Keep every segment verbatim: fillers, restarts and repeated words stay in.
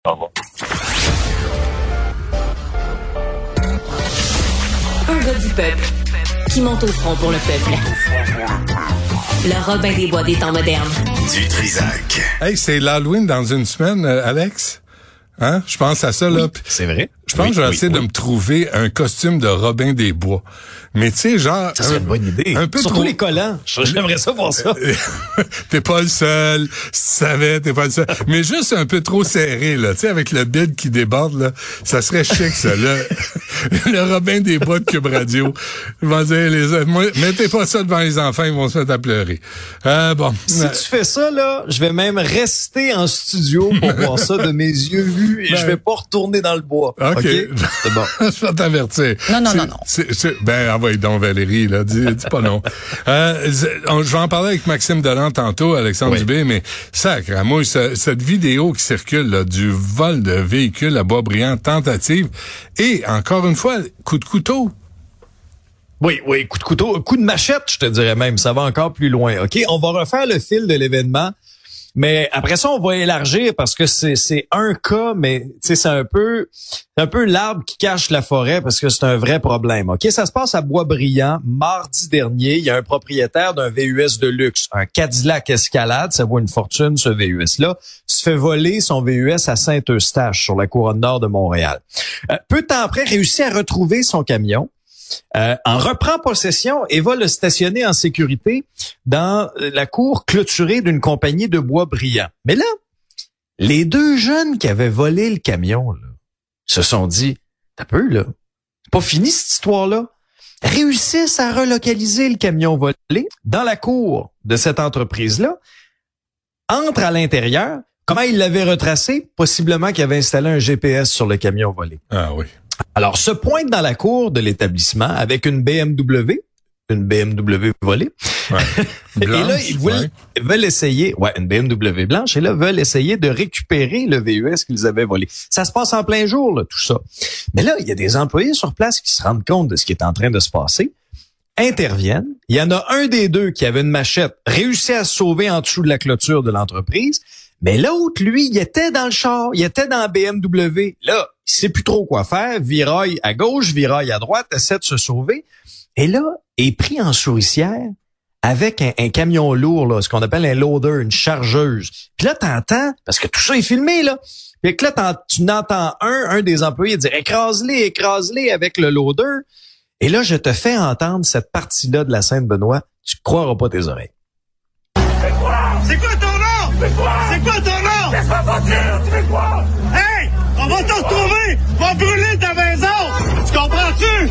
Au revoir. Un gars du peuple qui monte au front pour le peuple. Le Robin des Bois des temps modernes. Du Trisac. Hey, c'est l'Halloween dans une semaine, euh, Alex. Hein? Je pense à ça, là. Oui, c'est vrai. Je pense oui, que je vais oui, essayer oui. de me trouver un costume de Robin des Bois. Mais tu sais, genre... Ça serait un, une bonne idée. Un peu Surtout trop... les collants. J'aimerais ça voir ça. T'es pas le seul. Tu savais, t'es pas le seul. Mais juste un peu trop serré, là. Tu sais, avec le bide qui déborde, là. Ça serait chic, ça. Le, le Robin des Bois de Cube Radio. Ils vont dire, les, moi, mettez pas ça devant les enfants, ils vont se mettre à pleurer. Euh, bon. Si tu fais ça, là, je vais même rester en studio pour voir ça de mes yeux vus et Ben, je vais pas retourner dans le bois. OK. Okay? C'est bon. Je vais t'avertir. Non, non, C'est- non, non. c'est- c'est- ben, envoie donc, Valérie, là. Dis, dis pas non. Euh, on- je vais en parler avec Maxime Delan tantôt, Alexandre Oui. Dubé, mais sacre, moi, ce- cette vidéo qui circule, là, du vol de véhicule à Boisbriand, tentative, et encore une fois, coup de couteau. Oui, oui, coup de couteau, coup de machette, je te dirais même. Ça va encore plus loin. OK? On va refaire le fil de l'événement. Mais après ça, on va élargir parce que c'est c'est un cas, mais tu sais, c'est un peu c'est un peu l'arbre qui cache la forêt parce que c'est un vrai problème. OK, ça se passe à Boisbriand mardi dernier. Il y a un propriétaire d'un V U S de luxe, un Cadillac Escalade, ça vaut une fortune ce V U S-là, se fait voler son V U S à Saint-Eustache sur la couronne nord de Montréal. Euh, peu de temps après, réussit à retrouver son camion. Euh, en reprend possession et va le stationner en sécurité dans la cour clôturée d'une compagnie de Boisbriand. Mais là, les deux jeunes qui avaient volé le camion là, se sont dit, t'as peu là, c'est pas fini cette histoire-là. Réussissent à relocaliser le camion volé dans la cour de cette entreprise-là, entrent à l'intérieur. Comment ils l'avaient retracé? Possiblement qu'ils avaient installé un G P S sur le camion volé. Ah oui. Alors, se pointe dans la cour de l'établissement avec une B M W, une B M W volée. Ouais. Et là, Blanche, ils veulent, ouais. veulent essayer, ouais, une B M W blanche, et là, veulent essayer de récupérer le V U S qu'ils avaient volé. Ça se passe en plein jour, là, tout ça. Mais là, il y a des employés sur place qui se rendent compte de ce qui est en train de se passer, interviennent. Il y en a un des deux qui avait une machette, réussit à se sauver en dessous de la clôture de l'entreprise. Mais l'autre, lui, il était dans le char, il était dans la B M W. Là, il sait plus trop quoi faire, viraille à gauche, viraille à droite, essaie de se sauver. Et là, est pris en souricière avec un, un camion lourd, là, ce qu'on appelle un loader, une chargeuse. Puis là, t'entends, parce que tout ça est filmé, là. Puis que là, t'en- tu n'entends un, un des employés dire « écrase-les, écrase-les » avec le loader. Et là, je te fais entendre cette partie-là de la scène, Benoît. Tu croiras pas tes oreilles. C'est quoi ton nom? C'est quoi? C'est quoi ton nom? Laisse-moi pas dire, tu fais quoi? Hey! On va te retrouver! On va brûler ta maison! Tu comprends-tu?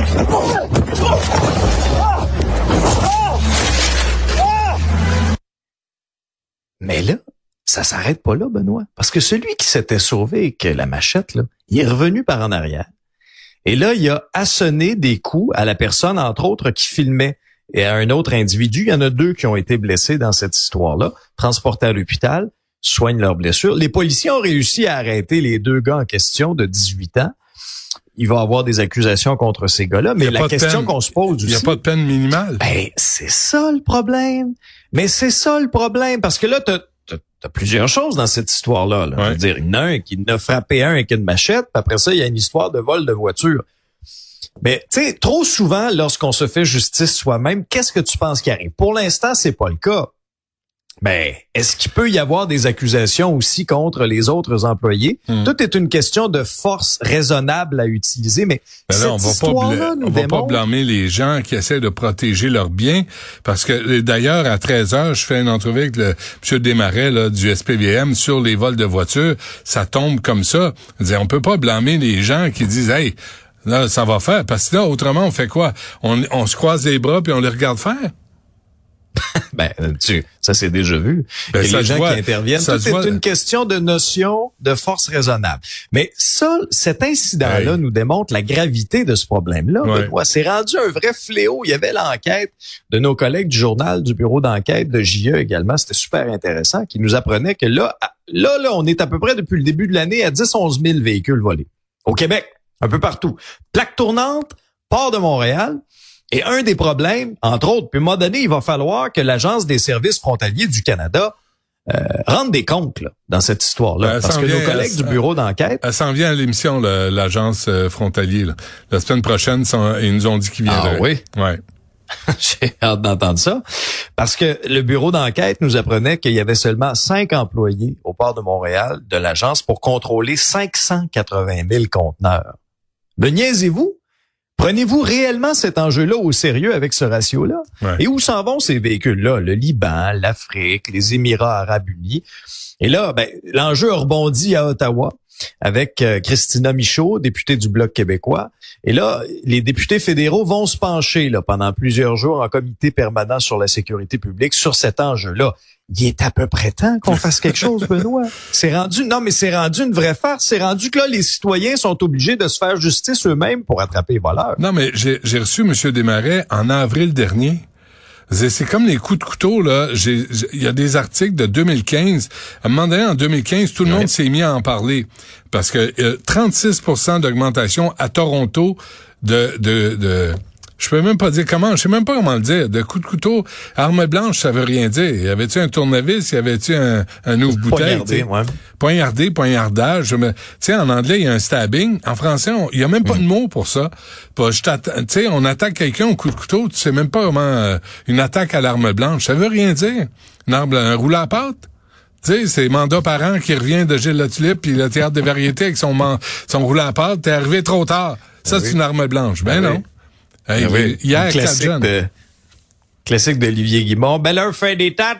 Mais là, ça s'arrête pas là, Benoît. Parce que celui qui s'était sauvé avec la machette, là, il est revenu par en arrière. Et là, il a assonné des coups à la personne, entre autres, qui filmait. Et à un autre individu, il y en a deux qui ont été blessés dans cette histoire-là, transportés à l'hôpital, soignent leurs blessures. Les policiers ont réussi à arrêter les deux gars en question de dix-huit ans. Il va y avoir des accusations contre ces gars-là, mais Il y a la pas de question peine. qu'on se pose Il aussi... n'y a pas de peine minimale. Ben, c'est ça le problème. Mais c'est ça le problème, parce que là, t'as, t'as, t'as plusieurs choses dans cette histoire-là. Là. Ouais. Je veux dire, il y en a un qui en a frappé un avec une machette, puis après ça, il y a une histoire de vol de voiture. Mais, tu sais, trop souvent, lorsqu'on se fait justice soi-même, qu'est-ce que tu penses qui arrive? Pour l'instant, c'est pas le cas. Ben, est-ce qu'il peut y avoir des accusations aussi contre les autres employés? Hmm. Tout est une question de force raisonnable à utiliser, mais Ben là, on cette va pas, histoire-là bla- nous on va pas démontre... blâmer les gens qui essaient de protéger leurs biens, parce que d'ailleurs, à treize heures, je fais une entrevue avec le M. Desmarais là, du S P V M sur les vols de voitures. Ça tombe comme ça. Je veux dire, on peut pas blâmer les gens qui disent « Hey, là, ça va faire », parce que là, autrement, on fait quoi? On, on se croise les bras puis on les regarde faire? Ben, tu, ça c'est déjà vu. Ben, Et ça les se gens voit, qui interviennent, ça tout se est voit. une question de notion de force raisonnable. Mais ça, cet incident-là Hey. nous démontre la gravité de ce problème-là. Ouais. Benoît. C'est rendu un vrai fléau. Il y avait l'enquête de nos collègues du journal, du bureau d'enquête de J E également. C'était super intéressant, qui nous apprenait que là, à- là, là, on est à peu près depuis le début de l'année à dix à onze mille véhicules volés. Au Québec, un peu partout. Plaque tournante, port de Montréal. Et un des problèmes, entre autres, puis à un moment donné, il va falloir que l'Agence des services frontaliers du Canada euh, rendre des comptes là, dans cette histoire-là. Ben, parce que vient, nos collègues elle, du bureau d'enquête... Elle s'en vient à l'émission, là, l'agence euh, frontalier. Là. La semaine prochaine, sont, ils nous ont dit qu'ils viendraient. Ah oui? Ouais. J'ai hâte d'entendre ça. Parce que le bureau d'enquête nous apprenait qu'il y avait seulement cinq employés au port de Montréal de l'agence pour contrôler cinq cent quatre-vingt mille conteneurs. Me niaisez-vous? Prenez-vous réellement cet enjeu-là au sérieux avec ce ratio-là? Ouais. Et où s'en vont ces véhicules-là? Le Liban, l'Afrique, les Émirats arabes unis. Et là, ben, l'enjeu a rebondi à Ottawa avec euh, Christina Michaud, députée du Bloc québécois. Et là, les députés fédéraux vont se pencher là, pendant plusieurs jours en comité permanent sur la sécurité publique sur cet enjeu-là. Il est à peu près temps qu'on fasse quelque chose, Benoît. C'est rendu, non, mais c'est rendu une vraie farce. C'est rendu que là, les citoyens sont obligés de se faire justice eux-mêmes pour attraper les voleurs. Non, mais j'ai, j'ai reçu M. Desmarais en avril dernier. C'est, c'est comme les coups de couteau, là. J'ai, il y a des articles de deux mille quinze. À un moment donné, en deux mille quinze, tout le ouais. monde s'est mis à en parler. Parce que euh, trente-six pour cent d'augmentation à Toronto de, de, de, je peux même pas dire comment, je sais même pas comment le dire, de coups de couteau. Arme blanche, ça veut rien dire. Y avait-tu un tournevis, y avait-tu un, un ouvre-bouteille? Poignardé, ouais. Poignardé, poignardage. Tu sais, en anglais, il y a un stabbing. En français, il y a même pas mmh. de mot pour ça. Tu sais, on attaque quelqu'un au coup de couteau, tu sais même pas vraiment euh, une attaque à l'arme blanche. Ça veut rien dire. Une arme, un rouleau à pâte. Tu sais, c'est Mandat Parent qui revient de Gilles Latulippe puis le théâtre des variétés avec son, man, son rouleau à pâte. T'es arrivé trop tard. Ça, ben c'est oui. une arme blanche. Ben, ben non. Oui. Hey, ben oui. Hier, classique de, classique d'Olivier Guimond. Belle heure pour faire des tates.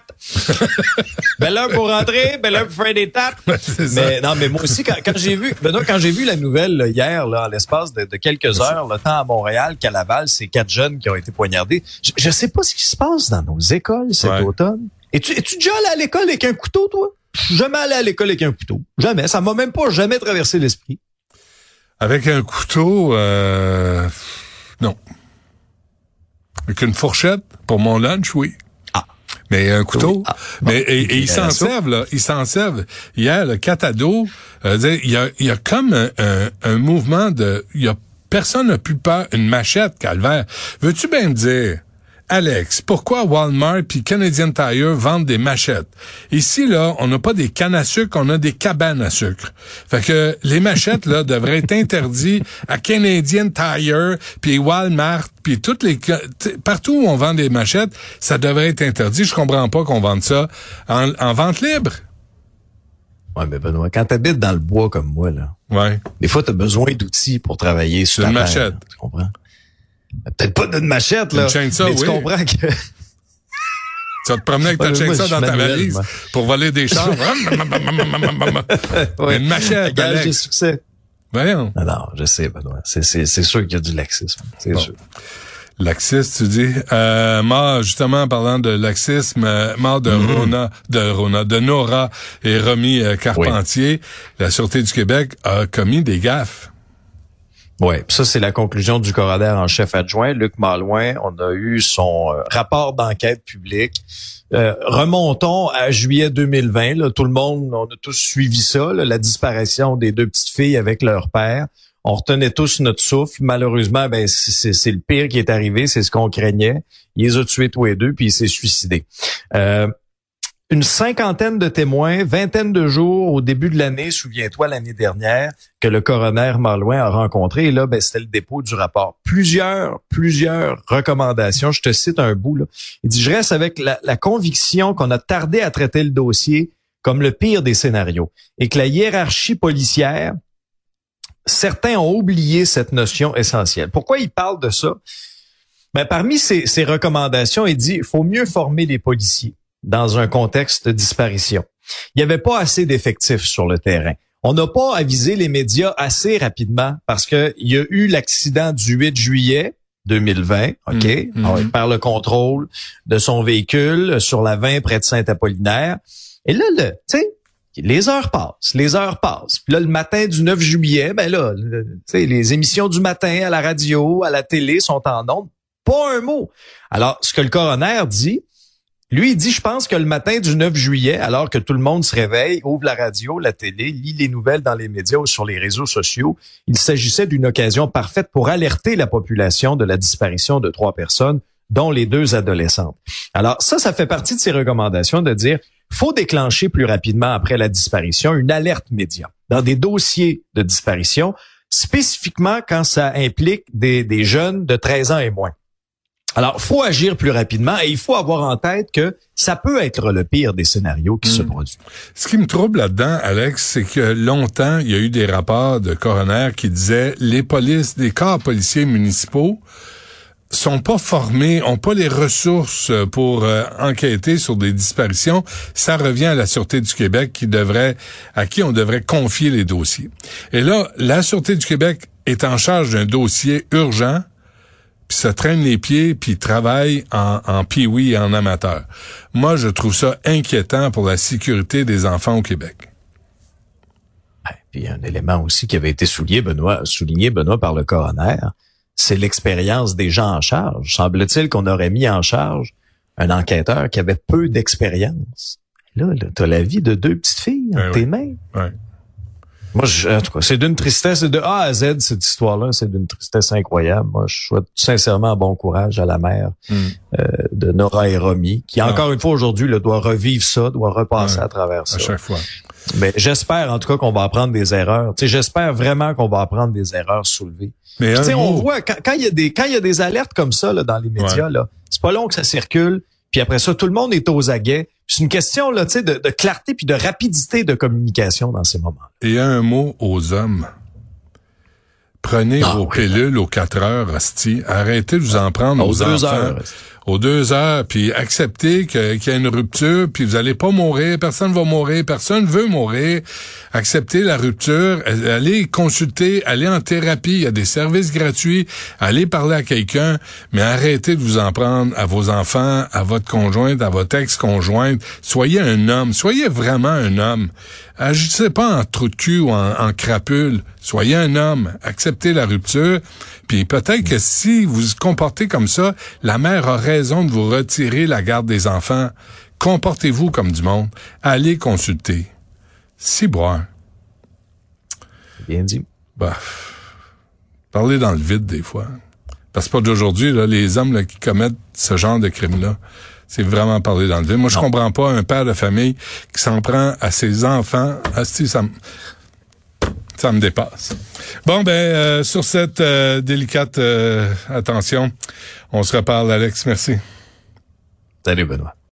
Belle heure pour rentrer, belle heure pour faire des tates. Ouais, mais non, mais moi aussi, quand, quand j'ai vu, Benoît, quand j'ai vu la nouvelle là, hier, là, en l'espace de, de quelques heures, le temps à Montréal qu'à Laval, c'est quatre jeunes qui ont été poignardés. Je, je sais pas ce qui se passe dans nos écoles cet ouais. automne. Es-tu, es-tu déjà allé à l'école avec un couteau, toi? Je suis jamais allé à l'école avec un couteau. Jamais. Ça m'a même pas jamais traversé l'esprit. Avec un couteau, euh, non. Avec une fourchette, pour mon lunch, oui. Ah. Mais un couteau. Oui. Ah. Mais, bon. et, et ils s'en servent, là. Ils s'en servent. Hier, le quatre ados, euh, il y a, il y a comme un, un, un mouvement de, il y a, personne n'a plus peur, une machette, calvaire. Veux-tu bien me dire, Alex, pourquoi Walmart puis Canadian Tire vendent des machettes? Ici, là, on n'a pas des cannes à sucre, on a des cabanes à sucre. Fait que les machettes, là, devraient être interdites à Canadian Tire puis Walmart puis toutes les, partout où on vend des machettes, ça devrait être interdit. Je comprends pas qu'on vende ça en, en vente libre. Ouais, mais Benoît, quand t'habites dans le bois comme moi, là. Ouais. Des fois, t'as besoin d'outils pour travailler sur une ta machette. Terre, tu comprends? Peut-être pas d'une machette, là. Une chainsaw, mais tu oui. comprends que... Tu vas te promener avec ta chainsaw dans ta valise moi. Pour voler des chars. ouais. Une machette, gage Alex. de succès. Voyons. Non, non, je sais, Benoît. C'est, c'est, c'est sûr qu'il y a du laxisme. C'est bon. sûr. Laxiste, tu dis. Euh, mort, justement, en parlant de laxisme, euh, mort de mm-hmm. Rona, de Rona, de Nora et Romy euh, Carpentier. Oui. La Sûreté du Québec a commis des gaffes. Oui, ça, c'est la conclusion du coroner en chef adjoint, Luc Malouin. On a eu son euh, rapport d'enquête publique. Euh, remontons à juillet deux mille vingt. Là, tout le monde, on a tous suivi ça, là, la disparition des deux petites filles avec leur père. On retenait tous notre souffle. Malheureusement, ben c'est, c'est, c'est le pire qui est arrivé, c'est ce qu'on craignait. Il les a tués tous les deux, puis il s'est suicidé. Euh, Une cinquantaine de témoins, vingtaine de jours au début de l'année, souviens-toi, l'année dernière, que le coroner Malouin a rencontré. Et là, ben, c'était le dépôt du rapport. Plusieurs, plusieurs recommandations. Je te cite un bout, là. Il dit, je reste avec la, la conviction qu'on a tardé à traiter le dossier comme le pire des scénarios et que la hiérarchie policière, certains ont oublié cette notion essentielle. Pourquoi il parle de ça? Ben, parmi ces, ces recommandations, il dit, il faut mieux former les policiers dans un contexte de disparition. Il n'y avait pas assez d'effectifs sur le terrain. On n'a pas avisé les médias assez rapidement parce que il y a eu l'accident du huit juillet deux mille vingt, OK, mmh, mmh. par le contrôle de son véhicule sur la vingt près de Saint-Apollinaire. Et là, le, tu sais, les heures passent, les heures passent. Puis là, le matin du neuf juillet, ben là, tu sais, les émissions du matin à la radio, à la télé sont en ondes. Pas un mot. Alors, ce que le coroner dit, lui, il dit, je pense que le matin du neuf juillet, alors que tout le monde se réveille, ouvre la radio, la télé, lit les nouvelles dans les médias ou sur les réseaux sociaux, il s'agissait d'une occasion parfaite pour alerter la population de la disparition de trois personnes, dont les deux adolescentes. Alors ça, ça fait partie de ses recommandations de dire, faut déclencher plus rapidement après la disparition une alerte média dans des dossiers de disparition, spécifiquement quand ça implique des, des jeunes de treize ans et moins. Alors, faut agir plus rapidement et il faut avoir en tête que ça peut être le pire des scénarios qui mmh. se produisent. Ce qui me trouble là-dedans, Alex, c'est que longtemps, il y a eu des rapports de coroner qui disaient les polices, les corps policiers municipaux sont pas formés, ont pas les ressources pour euh, enquêter sur des disparitions. Ça revient à la Sûreté du Québec qui devrait, à qui on devrait confier les dossiers. Et là, la Sûreté du Québec est en charge d'un dossier urgent, puis se traîne les pieds, puis travaille en, en pee-wee et en amateur. Moi, je trouve ça inquiétant pour la sécurité des enfants au Québec. Puis un élément aussi qui avait été souligné, Benoît, souligné, Benoît, par le coroner, c'est l'expérience des gens en charge. Semble-t-il qu'on aurait mis en charge un enquêteur qui avait peu d'expérience. Là, là t'as la vie de deux petites filles entre ouais, tes ouais. mains. Ouais. Moi, je, en tout cas, c'est d'une tristesse de A à Z, cette histoire-là. C'est d'une tristesse incroyable. Moi, je souhaite sincèrement bon courage à la mère mm. euh, de Nora et Romy, qui, ah. encore une fois, aujourd'hui, là, doit revivre ça, doit repasser ouais. à travers ça. À chaque fois. Mais j'espère, en tout cas, qu'on va apprendre des erreurs. Tu sais, j'espère vraiment qu'on va apprendre des erreurs soulevées. Mais tu sais, on voit, quand, quand il y a des, quand il y a des alertes comme ça, là, dans les médias, ouais. là, c'est pas long que ça circule. Puis après ça, tout le monde est aux aguets. C'est une question là, tu sais, de, de clarté puis de rapidité de communication dans ces moments. Et un mot aux hommes. Prenez ah, vos oui, pilules aux quatre heures, hostie. Arrêtez de vous en prendre aux, aux deux enfants. Heures. Aux deux heures, puis acceptez que, qu'il y a une rupture, puis vous allez pas mourir, personne va mourir, personne veut mourir. Acceptez la rupture, allez consulter, allez en thérapie, il y a des services gratuits, allez parler à quelqu'un, mais arrêtez de vous en prendre à vos enfants, à votre conjointe, à votre ex-conjointe. Soyez un homme, soyez vraiment un homme. Agissez pas en trou de cul ou en, en crapule. Soyez un homme, acceptez la rupture, puis peut-être que si vous vous comportez comme ça, la mère a raison de vous retirer la garde des enfants. Comportez-vous comme du monde. Allez consulter. Ciboire. Bien dit. Bah, parlez dans le vide des fois. Parce que pas d'aujourd'hui, là, les hommes là, qui commettent ce genre de crime-là, c'est vraiment parler dans le vide. Moi, je non. comprends pas un père de famille qui s'en prend à ses enfants. Asti, ça me... Ça me dépasse. Bon, ben, euh, sur cette euh, délicate euh, attention, on se reparle, Alex. Merci. Salut, Benoît.